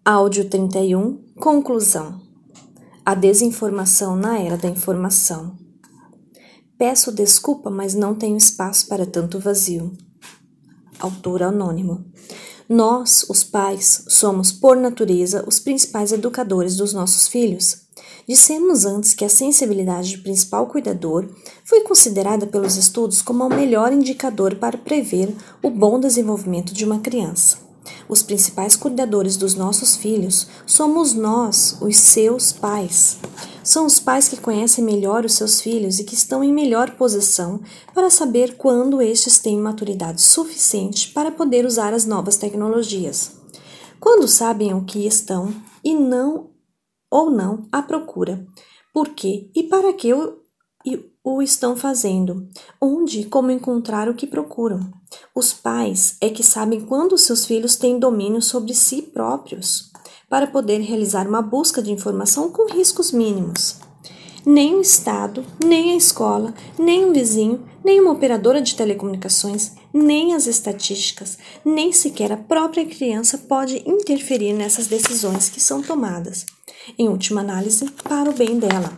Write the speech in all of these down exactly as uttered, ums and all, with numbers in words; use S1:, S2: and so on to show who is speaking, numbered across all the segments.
S1: Áudio trinta e um, conclusão. A desinformação na era da informação. Peço desculpa, mas não tenho espaço para tanto vazio. Autor anônimo. Nós, os pais, somos, por natureza, os principais educadores dos nossos filhos. Dissemos antes que a sensibilidade de principal cuidador foi considerada pelos estudos como o melhor indicador para prever o bom desenvolvimento de uma criança. Os principais cuidadores dos nossos filhos somos nós, os seus pais. São os pais que conhecem melhor os seus filhos e que estão em melhor posição para saber quando estes têm maturidade suficiente para poder usar as novas tecnologias. Quando sabem o que estão e não ou não à procura, por quê e para que o, o estão fazendo, onde e como encontrar o que procuram. Os pais é que sabem quando seus filhos têm domínio sobre si próprios, para poder realizar uma busca de informação com riscos mínimos. Nem o Estado, nem a escola, nem um vizinho, nem uma operadora de telecomunicações, nem as estatísticas, nem sequer a própria criança pode interferir nessas decisões que são tomadas, em última análise, para o bem dela.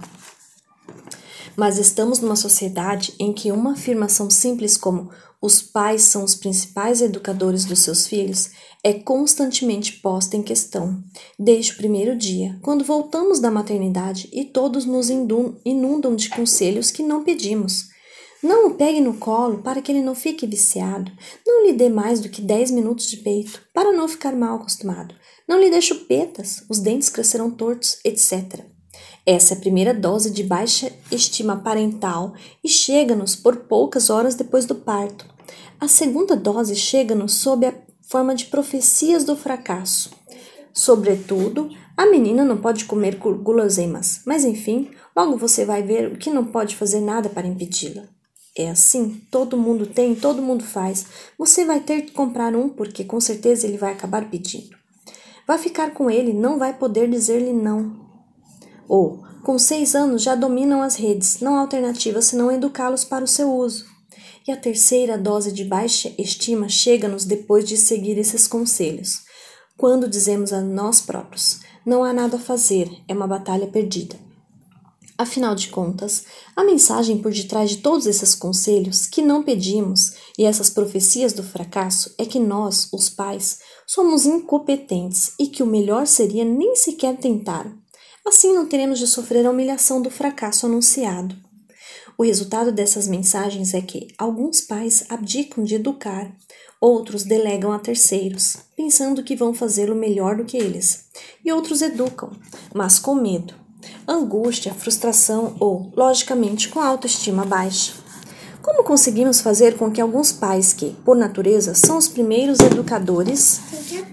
S1: Mas estamos numa sociedade em que uma afirmação simples como os pais são os principais educadores dos seus filhos é constantemente posta em questão, desde o primeiro dia, quando voltamos da maternidade e todos nos inundam de conselhos que não pedimos. Não o pegue no colo para que ele não fique viciado, não lhe dê mais do que dez minutos de peito para não ficar mal acostumado, não lhe dê chupetas, os dentes crescerão tortos, etcétera. Essa é a primeira dose de baixa estima parental e chega-nos por poucas horas depois do parto. A segunda dose chega-nos sob a forma de profecias do fracasso. Sobretudo, a menina não pode comer guloseimas, mas enfim, logo você vai ver que não pode fazer nada para impedi-la. É assim, todo mundo tem, todo mundo faz. Você vai ter que comprar um porque com certeza ele vai acabar pedindo. Vai ficar com ele, não vai poder dizer-lhe não. Ou, com seis anos já dominam as redes, não há alternativa senão educá-los para o seu uso. E a terceira dose de baixa estima chega-nos depois de seguir esses conselhos, quando dizemos a nós próprios, não há nada a fazer, é uma batalha perdida. Afinal de contas, a mensagem por detrás de todos esses conselhos que não pedimos e essas profecias do fracasso é que nós, os pais, somos incompetentes e que o melhor seria nem sequer tentar. Assim não teremos de sofrer a humilhação do fracasso anunciado. O resultado dessas mensagens é que alguns pais abdicam de educar, outros delegam a terceiros, pensando que vão fazê-lo melhor do que eles, e outros educam, mas com medo, angústia, frustração ou, logicamente, com autoestima baixa. Como conseguimos fazer com que alguns pais que, por natureza, são os primeiros educadores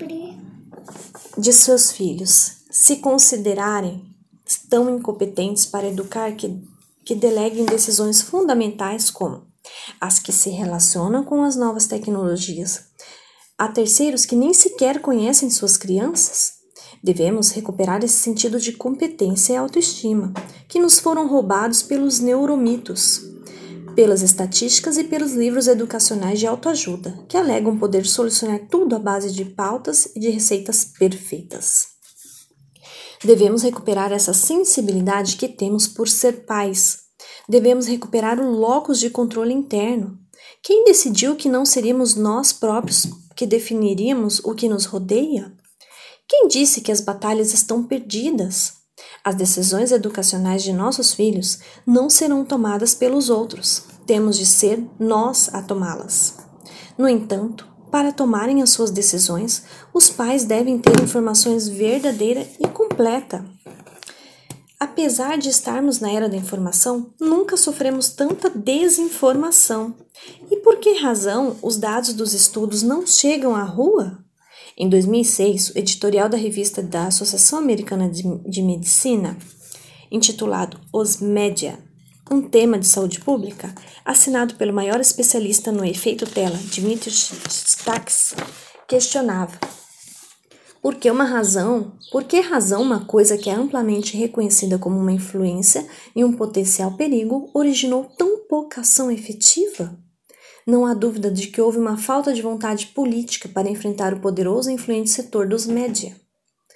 S1: de seus filhos, se considerarem tão incompetentes para educar que, que deleguem decisões fundamentais como as que se relacionam com as novas tecnologias a terceiros que nem sequer conhecem suas crianças? Devemos recuperar esse sentido de competência e autoestima, que nos foram roubados pelos neuromitos, pelas estatísticas e pelos livros educacionais de autoajuda, que alegam poder solucionar tudo à base de pautas e de receitas perfeitas. Devemos recuperar essa sensibilidade que temos por ser pais. Devemos recuperar o locus de controle interno. Quem decidiu que não seríamos nós próprios que definiríamos o que nos rodeia? Quem disse que as batalhas estão perdidas? As decisões educacionais de nossos filhos não serão tomadas pelos outros. Temos de ser nós a tomá-las. No entanto, para tomarem as suas decisões, os pais devem ter informações verdadeira e completa. Apesar de estarmos na era da informação, nunca sofremos tanta desinformação. E por que razão os dados dos estudos não chegam à rua? Em dois mil e seis, o editorial da revista da Associação Americana de, de Medicina, intitulado Os Média, um tema de saúde pública, assinado pelo maior especialista no efeito tela, Dmitry Staks, questionava por que uma razão, por que razão uma coisa que é amplamente reconhecida como uma influência e um potencial perigo originou tão pouca ação efetiva? Não há dúvida de que houve uma falta de vontade política para enfrentar o poderoso e influente setor dos média.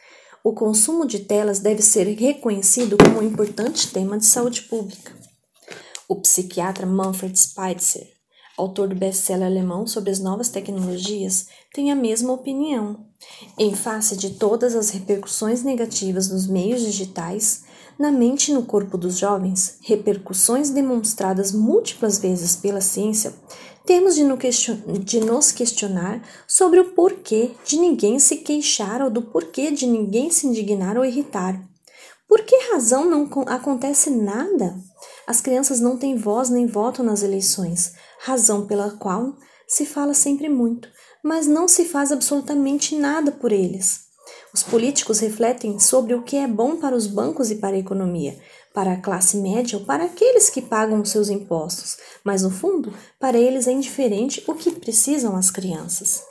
S1: O consumo de telas deve ser reconhecido como um importante tema de saúde pública. O psiquiatra Manfred Spitzer, autor do best-seller alemão sobre as novas tecnologias, tem a mesma opinião. Em face de todas as repercussões negativas nos meios digitais, na mente e no corpo dos jovens, repercussões demonstradas múltiplas vezes pela ciência, temos de nos questionar sobre o porquê de ninguém se queixar ou do porquê de ninguém se indignar ou irritar. Por que razão não acontece nada? As crianças não têm voz nem voto nas eleições, razão pela qual se fala sempre muito, mas não se faz absolutamente nada por eles. Os políticos refletem sobre o que é bom para os bancos e para a economia, para a classe média ou para aqueles que pagam seus impostos, mas no fundo, para eles é indiferente o que precisam as crianças.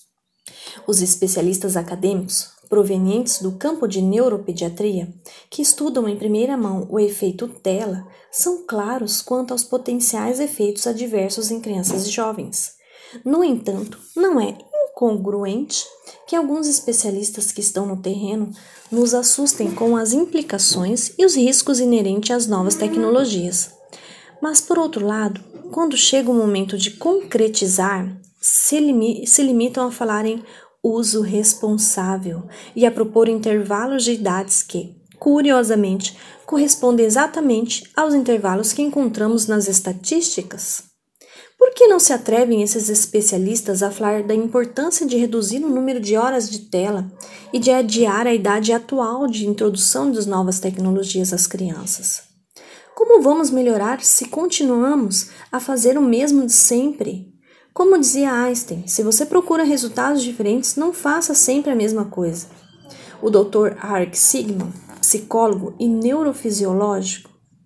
S1: Os especialistas acadêmicos, provenientes do campo de neuropediatria, que estudam em primeira mão o efeito tela, são claros quanto aos potenciais efeitos adversos em crianças e jovens. No entanto, não é incongruente que alguns especialistas que estão no terreno nos assustem com as implicações e os riscos inerentes às novas tecnologias. Mas, por outro lado, quando chega o momento de concretizar, se, limi- se limitam a falar em uso responsável e a propor intervalos de idades que, curiosamente, correspondem exatamente aos intervalos que encontramos nas estatísticas. Por que não se atrevem esses especialistas a falar da importância de reduzir o número de horas de tela e de adiar a idade atual de introdução das novas tecnologias às crianças? Como vamos melhorar se continuamos a fazer o mesmo de sempre? Como dizia Einstein, se você procura resultados diferentes, não faça sempre a mesma coisa. O doutor Hark Sigman, psicólogo e neurofisiológico,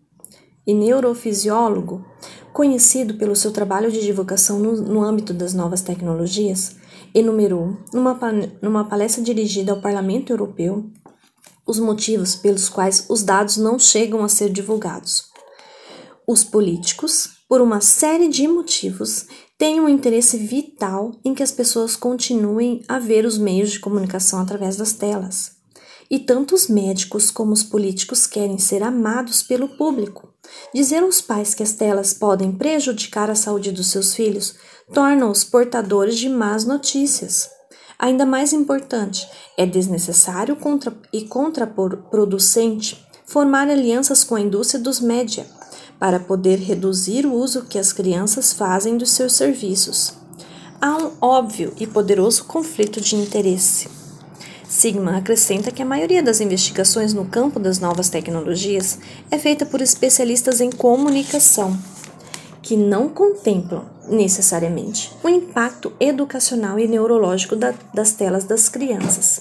S1: e neurofisiólogo, conhecido pelo seu trabalho de divulgação no, no âmbito das novas tecnologias, enumerou, numa, numa palestra dirigida ao Parlamento Europeu, os motivos pelos quais os dados não chegam a ser divulgados. Os políticos, por uma série de motivos, têm um interesse vital em que as pessoas continuem a ver os meios de comunicação através das telas. E tanto os médicos como os políticos querem ser amados pelo público. Dizer aos pais que as telas podem prejudicar a saúde dos seus filhos torna-os portadores de más notícias. Ainda mais importante, é desnecessário contra e contraproducente formar alianças com a indústria dos média para poder reduzir o uso que as crianças fazem dos seus serviços. Há um óbvio e poderoso conflito de interesse. Sigman acrescenta que a maioria das investigações no campo das novas tecnologias é feita por especialistas em comunicação, que não contemplam, necessariamente, o impacto educacional e neurológico da, das telas das crianças.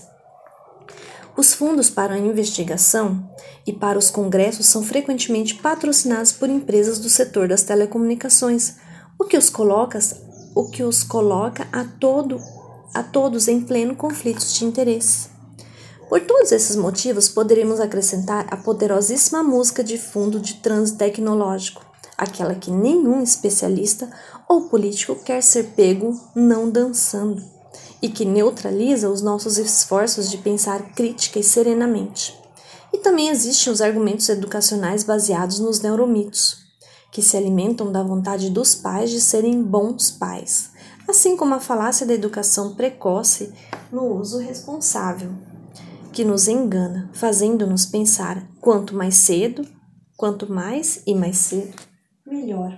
S1: Os fundos para a investigação e para os congressos são frequentemente patrocinados por empresas do setor das telecomunicações, o que os coloca, o que os coloca a todo a todos em pleno conflito de interesse. Por todos esses motivos, poderíamos acrescentar a poderosíssima música de fundo de transe tecnológico, aquela que nenhum especialista ou político quer ser pego não dançando, e que neutraliza os nossos esforços de pensar crítica e serenamente. E também existem os argumentos educacionais baseados nos neuromitos, que se alimentam da vontade dos pais de serem bons pais, assim como a falácia da educação precoce no uso responsável, que nos engana, fazendo-nos pensar quanto mais cedo, quanto mais e mais cedo, melhor.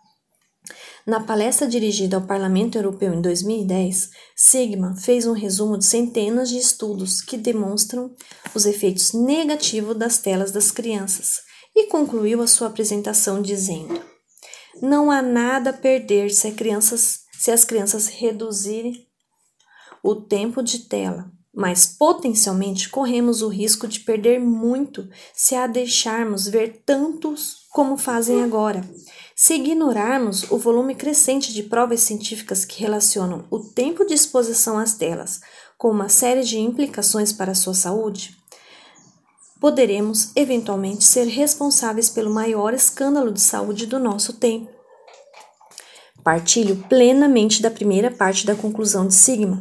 S1: Na palestra dirigida ao Parlamento Europeu em dois mil e dez, Sigman fez um resumo de centenas de estudos que demonstram os efeitos negativos das telas das crianças e concluiu a sua apresentação dizendo: não há nada a perder se, crianças, se as crianças reduzirem o tempo de tela, mas potencialmente corremos o risco de perder muito se a deixarmos ver tantos como fazem agora. Se ignorarmos o volume crescente de provas científicas que relacionam o tempo de exposição às telas com uma série de implicações para a sua saúde, poderemos eventualmente ser responsáveis pelo maior escândalo de saúde do nosso tempo. Partilho plenamente da primeira parte da conclusão de Sigman,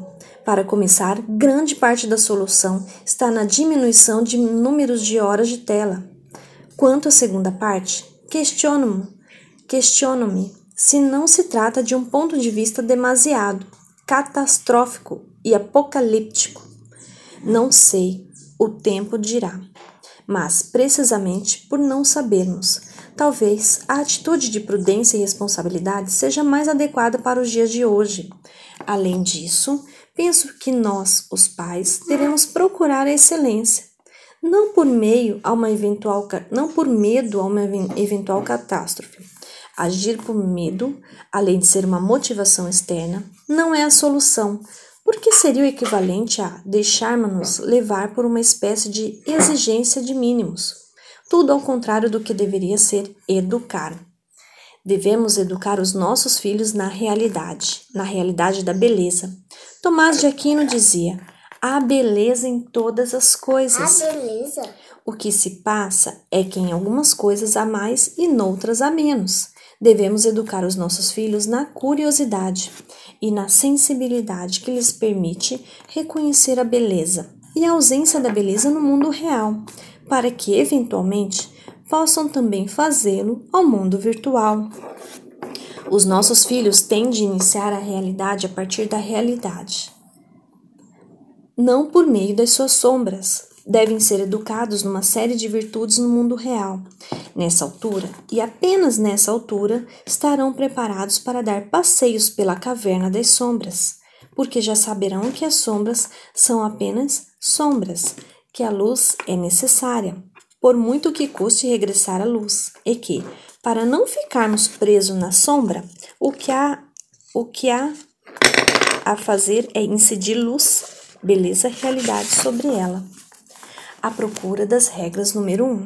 S1: Para começar, grande parte da solução está na diminuição de números de horas de tela. Quanto à segunda parte, questiono-me, questiono-me se não se trata de um ponto de vista demasiado catastrófico e apocalíptico. Não sei, o tempo dirá. Mas, precisamente por não sabermos, talvez a atitude de prudência e responsabilidade seja mais adequada para os dias de hoje. Além disso, penso que nós, os pais, devemos procurar a excelência, não por meio a uma eventual, não por medo a uma eventual catástrofe. Agir por medo, além de ser uma motivação externa, não é a solução, porque seria o equivalente a deixarmos-nos levar por uma espécie de exigência de mínimos, tudo ao contrário do que deveria ser educar. Devemos educar os nossos filhos na realidade, na realidade da beleza. Tomás de Aquino dizia: há beleza em todas as coisas.
S2: Há beleza?
S1: O que se passa é que em algumas coisas há mais e noutras há menos. Devemos educar os nossos filhos na curiosidade e na sensibilidade que lhes permite reconhecer a beleza e a ausência da beleza no mundo real, para que, eventualmente, possam também fazê-lo ao mundo virtual. Os nossos filhos têm de iniciar a realidade a partir da realidade, não por meio das suas sombras. Devem ser educados numa série de virtudes no mundo real. Nessa altura, e apenas nessa altura, estarão preparados para dar passeios pela caverna das sombras, porque já saberão que as sombras são apenas sombras, que a luz é necessária, por muito que custe regressar à luz, e que, para não ficarmos presos na sombra, o que há, o que há a fazer é incidir luz, beleza, realidade sobre ela. A procura das regras número um.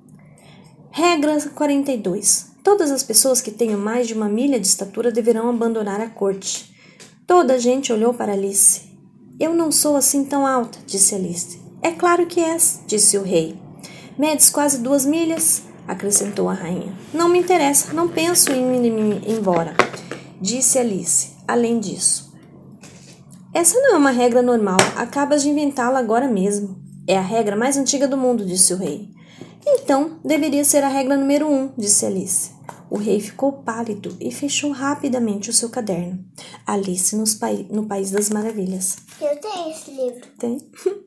S1: Regra quarenta e dois. Todas as pessoas que tenham mais de uma milha de estatura deverão abandonar a corte. Toda a gente olhou para Alice. Eu não sou assim tão alta, disse Alice. É claro que és, disse o rei. Medes quase duas milhas, acrescentou a rainha. Não me interessa, não penso em me ir embora, disse Alice. Além disso, essa não é uma regra normal, acabas de inventá-la agora mesmo. É a regra mais antiga do mundo, disse o rei. Então, deveria ser a regra número um, disse Alice. O rei ficou pálido e fechou rapidamente o seu caderno. Alice nos pa... no País das Maravilhas.
S2: Eu tenho esse livro.
S1: Tem?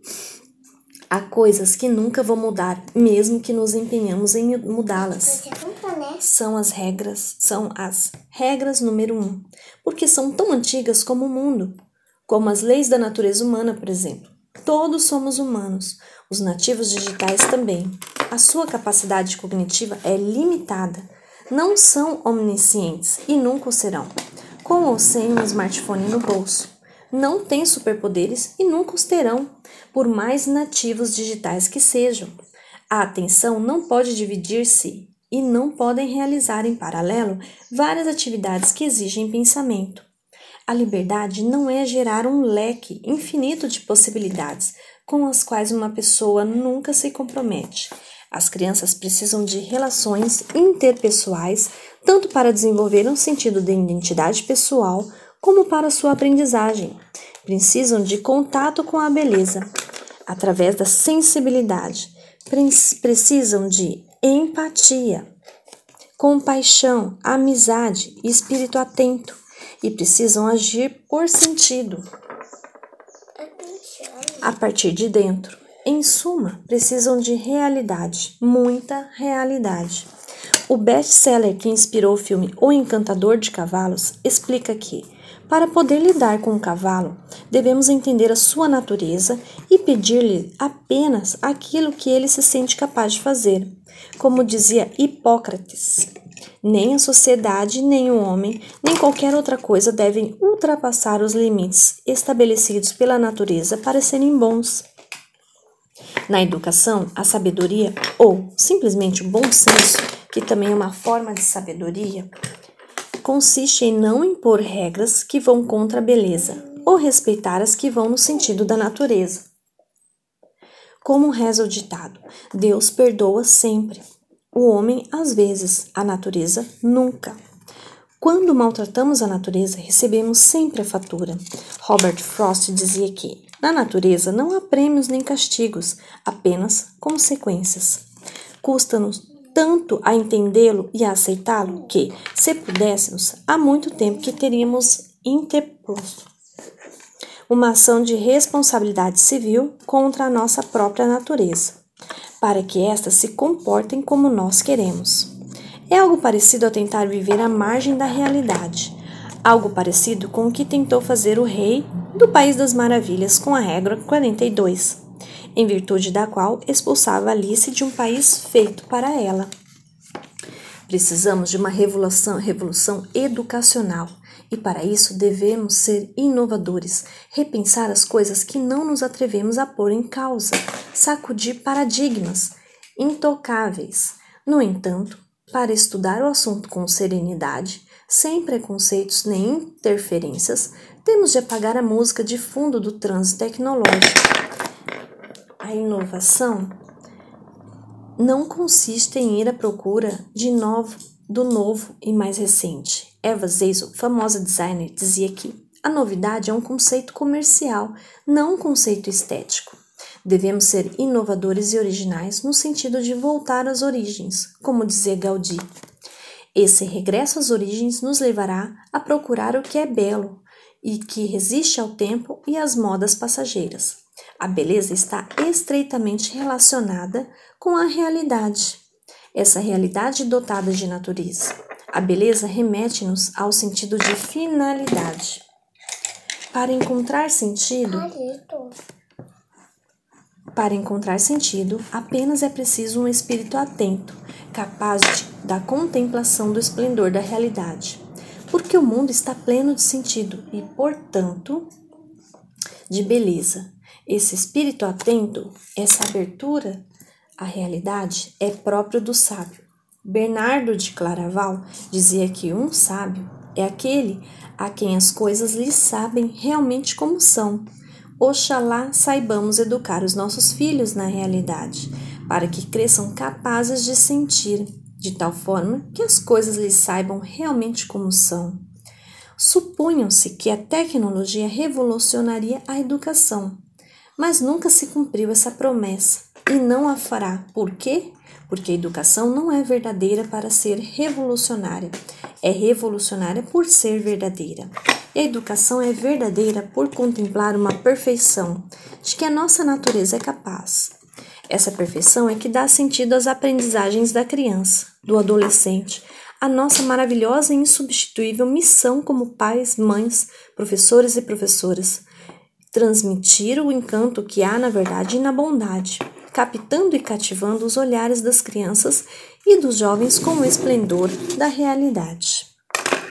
S1: Há coisas que nunca vão mudar, mesmo que nos empenhamos em mudá-las.
S2: Você comprou, né?
S1: São as regras, são as regras número um, porque são tão antigas como o mundo, como as leis da natureza humana, por exemplo. Todos somos humanos, os nativos digitais também. A sua capacidade cognitiva é limitada. Não são omniscientes e nunca o serão. Com ou sem um smartphone no bolso. Não têm superpoderes e nunca os terão, por mais nativos digitais que sejam. A atenção não pode dividir-se e não podem realizar em paralelo várias atividades que exigem pensamento. A liberdade não é gerar um leque infinito de possibilidades com as quais uma pessoa nunca se compromete. As crianças precisam de relações interpessoais, tanto para desenvolver um sentido de identidade pessoal, como para sua aprendizagem. Precisam de contato com a beleza, através da sensibilidade. Precisam de empatia, compaixão, amizade e espírito atento. E precisam agir por sentido, a partir de dentro. Em suma, precisam de realidade, muita realidade. O best-seller que inspirou o filme O Encantador de Cavalos explica que, para poder lidar com o cavalo, devemos entender a sua natureza e pedir-lhe apenas aquilo que ele se sente capaz de fazer. Como dizia Hipócrates, nem a sociedade, nem o homem, nem qualquer outra coisa devem ultrapassar os limites estabelecidos pela natureza para serem bons. Na educação, a sabedoria, ou simplesmente o bom senso, que também é uma forma de sabedoria, consiste em não impor regras que vão contra a beleza, ou respeitar as que vão no sentido da natureza. Como reza o ditado, Deus perdoa sempre. O homem, às vezes, a natureza, nunca. Quando maltratamos a natureza, recebemos sempre a fatura. Robert Frost dizia que, na natureza, não há prêmios nem castigos, apenas consequências. Custa-nos tanto a entendê-lo e a aceitá-lo que, se pudéssemos, há muito tempo que teríamos interposto uma ação de responsabilidade civil contra a nossa própria natureza, para que estas se comportem como nós queremos. É algo parecido a tentar viver à margem da realidade, algo parecido com o que tentou fazer o rei do País das Maravilhas com a regra quarenta e dois, em virtude da qual expulsava Alice de um país feito para ela. Precisamos de uma revolução, revolução educacional, e para isso devemos ser inovadores, repensar as coisas que não nos atrevemos a pôr em causa, sacudir paradigmas intocáveis. No entanto, para estudar o assunto com serenidade, sem preconceitos nem interferências, temos de apagar a música de fundo do transe tecnológico. A inovação não consiste em ir à procura de novo, do novo e mais recente. Eva Zeisel, famosa designer, dizia que a novidade é um conceito comercial, não um conceito estético. Devemos ser inovadores e originais no sentido de voltar às origens, como dizia Gaudí. Esse regresso às origens nos levará a procurar o que é belo e que resiste ao tempo e às modas passageiras. A beleza está estreitamente relacionada com a realidade, essa realidade dotada de natureza. A beleza remete-nos ao sentido de finalidade. Para encontrar sentido, para encontrar sentido, apenas é preciso um espírito atento, capaz de, da contemplação do esplendor da realidade, porque o mundo está pleno de sentido e, portanto, de beleza. Esse espírito atento, essa abertura à realidade é próprio do sábio. Bernardo de Claraval dizia que um sábio é aquele a quem as coisas lhe sabem realmente como são. Oxalá saibamos educar os nossos filhos na realidade, para que cresçam capazes de sentir, de tal forma que as coisas lhes saibam realmente como são. Supunham-se que a tecnologia revolucionaria a educação, mas nunca se cumpriu essa promessa e não a fará. Por quê? Porque a educação não é verdadeira para ser revolucionária, é revolucionária por ser verdadeira. E a educação é verdadeira por contemplar uma perfeição de que a nossa natureza é capaz. Essa perfeição é que dá sentido às aprendizagens da criança, do adolescente, a nossa maravilhosa e insubstituível missão como pais, mães, professores e professoras. Transmitir o encanto que há na verdade e na bondade, captando e cativando os olhares das crianças e dos jovens com o esplendor da realidade.